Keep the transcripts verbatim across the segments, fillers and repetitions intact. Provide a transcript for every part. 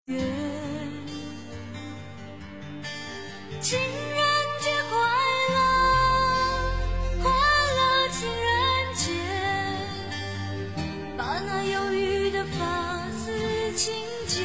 情人节快乐，快乐情人节，把那忧郁的发丝轻解。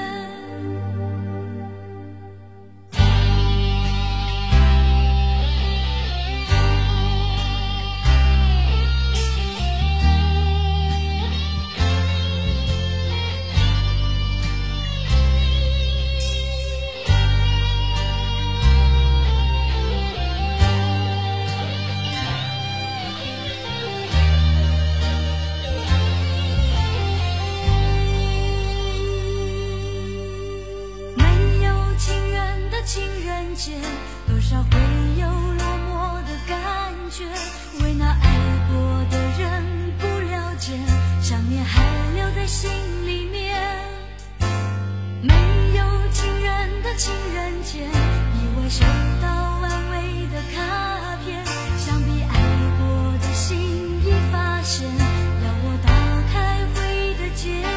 情人节多少会有落寞的感觉，为那爱过的人不了解，想念还留在心里面。没有情人的情人节，意外收到安慰的卡片，想必爱过的心已发现，要我打开回忆的结。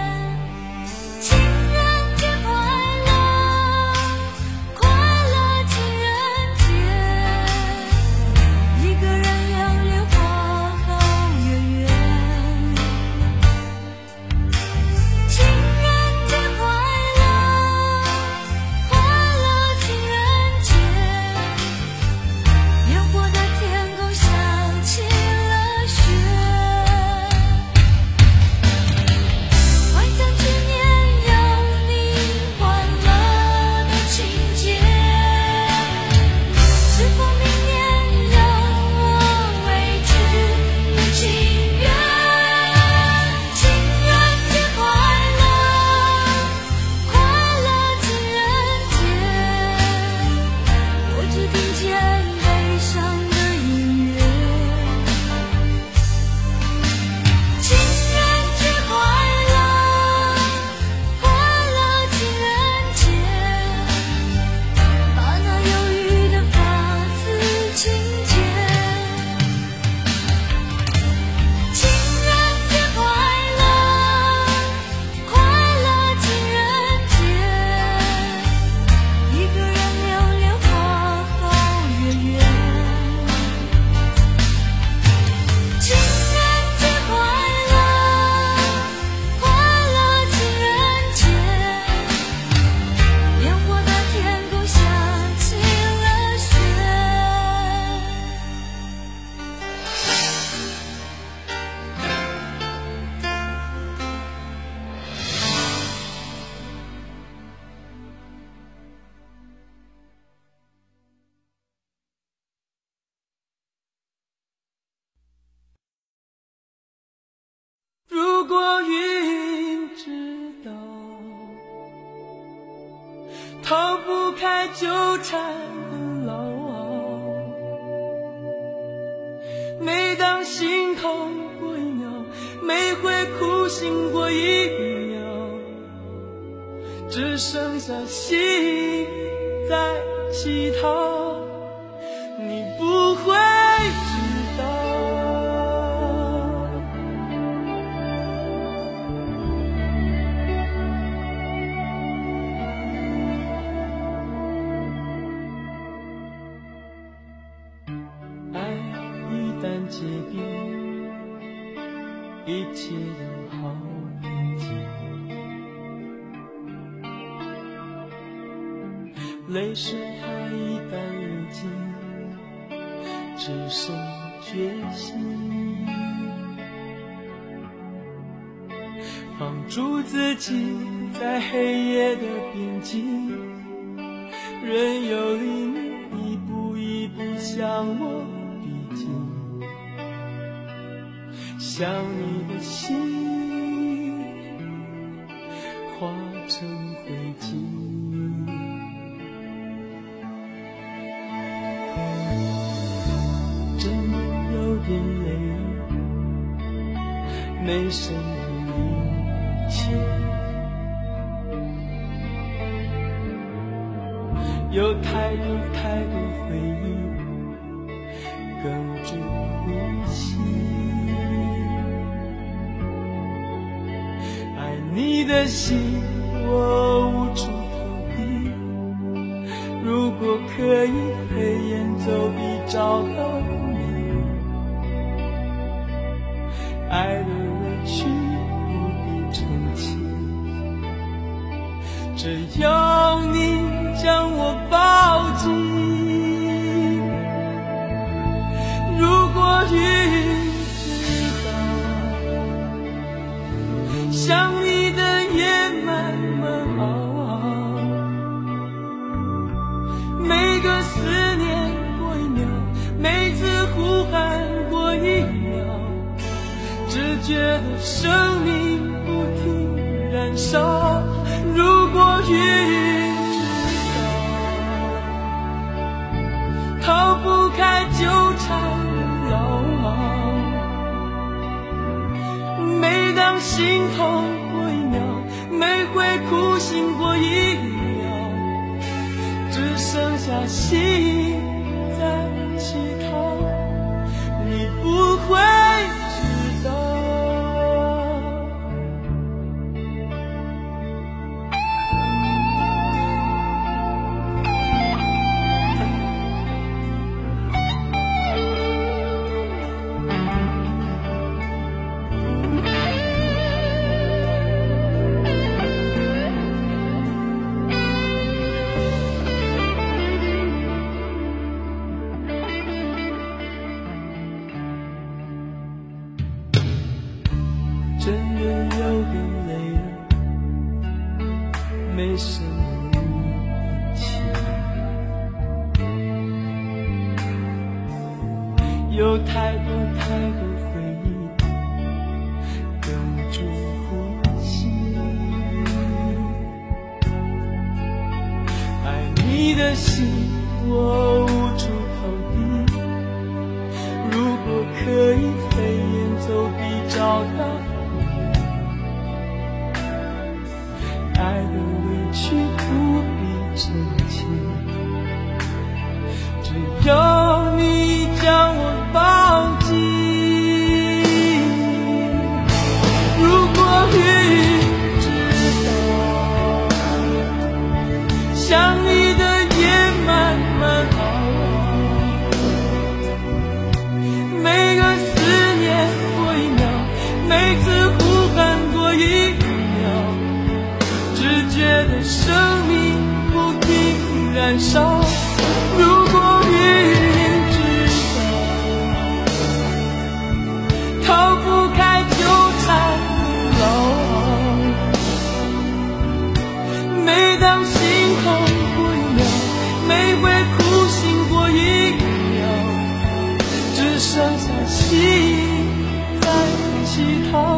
如果云知道逃不开纠缠的牢熬，每当心痛过一秒，每回哭醒过一秒，只剩下心在乞讨，你不会知道。结冰，一切都好平静，泪水它一旦流尽，只剩决心，放逐自己在黑夜的边境，任由黎明一步一步向我逼近，想你的心化成灰烬，真有点累，没什么力气，有太多太多回忆哽住呼吸，爱你的心我找到你，爱的委屈不必澄清，只要你将我抱紧。如果雨知道想你的夜慢慢熬，每个思念过一秒，每次呼喊过一秒，只觉得生命不停燃烧。如果雨知道逃不开纠缠牢牢，每当心痛过一秒，每回哭醒过一秒，只剩下心在乞讨，你不会知道。真的有点累了，没什么力气，有太多太多回忆哽住呼吸。爱你的心我无处投递，如果可以飞檐走壁找到爱的委屈不必澄清，只要你将我抱紧。如果雨知道想你的夜慢慢熬，每个思念过一秒，每次呼喊过一秒，只觉得生命不停燃烧。如果雨知道逃不开纠缠牢，每当心痛过一秒，每回哭醒过一秒，只剩下心在乞讨。